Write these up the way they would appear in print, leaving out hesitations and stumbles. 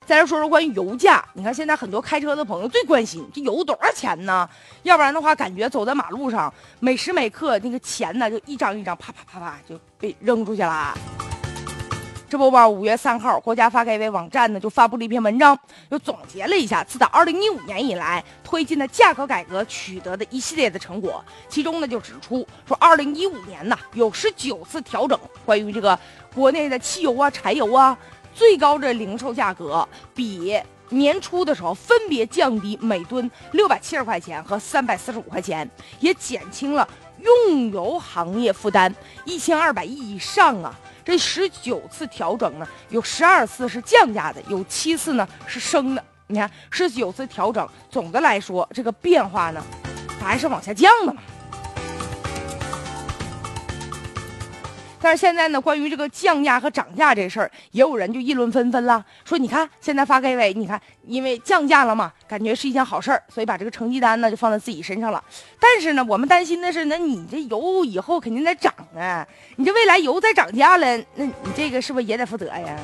再来说说关于油价，你看现在很多开车的朋友最关心这油多少钱呢？要不然的话，感觉走在马路上，每时每刻那个钱呢就一张一张啪啪啪啪就被扔出去了。这不吧，5月3号，国家发改委网站呢就发布了一篇文章，又总结了一下自打2015年以来推进的价格改革取得的一系列的成果。其中呢就指出说，2015年呢有19次调整关于这个国内的汽油啊、柴油啊。最高的零售价格比年初的时候分别降低每吨670块钱和345块钱，也减轻了用油行业负担，1200亿以上啊！这19次调整呢，有12次是降价的，有7次呢是升的。你看19次调整，总的来说这个变化呢，还是往下降的嘛。但是现在呢，关于这个降价和涨价这事儿，也有人就议论纷纷了，说你看现在发改委，你看因为降价了嘛，感觉是一件好事儿，所以把这个成绩单呢就放在自己身上了。但是呢，我们担心的是，那你这油以后肯定得涨啊，你这未来油再涨价了，那你这个是不是也得负责呀？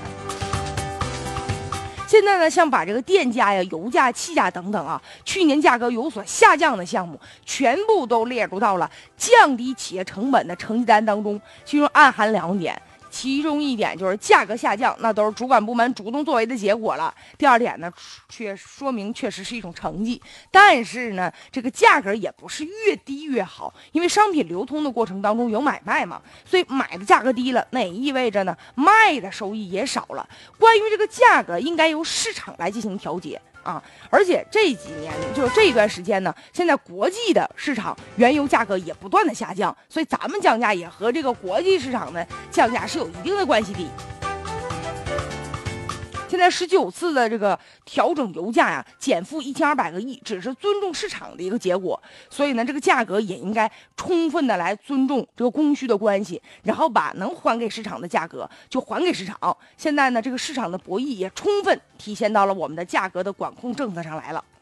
现在呢，像把这个电价呀、油价、气价等等啊，去年价格有所下降的项目，全部都列入到了降低企业成本的成绩单当中，其中暗含2点。其中一点就是价格下降，那都是主管部门主动作为的结果了。第二点呢，说明确实是一种成绩，但是呢，这个价格也不是越低越好，因为商品流通的过程当中有买卖嘛，所以买的价格低了，那也意味着呢，卖的收益也少了。关于这个价格，应该由市场来进行调节。而且这几年就是这一段时间呢，现在国际的市场原油价格也不断的下降，所以咱们降价也和这个国际市场的降价是有一定的关系的。现在19次的这个调整油价呀，减负1200个亿，只是尊重市场的一个结果。所以呢，这个价格也应该充分的来尊重这个供需的关系，然后把能还给市场的价格就还给市场。现在呢，这个市场的博弈也充分体现到了我们的价格的管控政策上来了。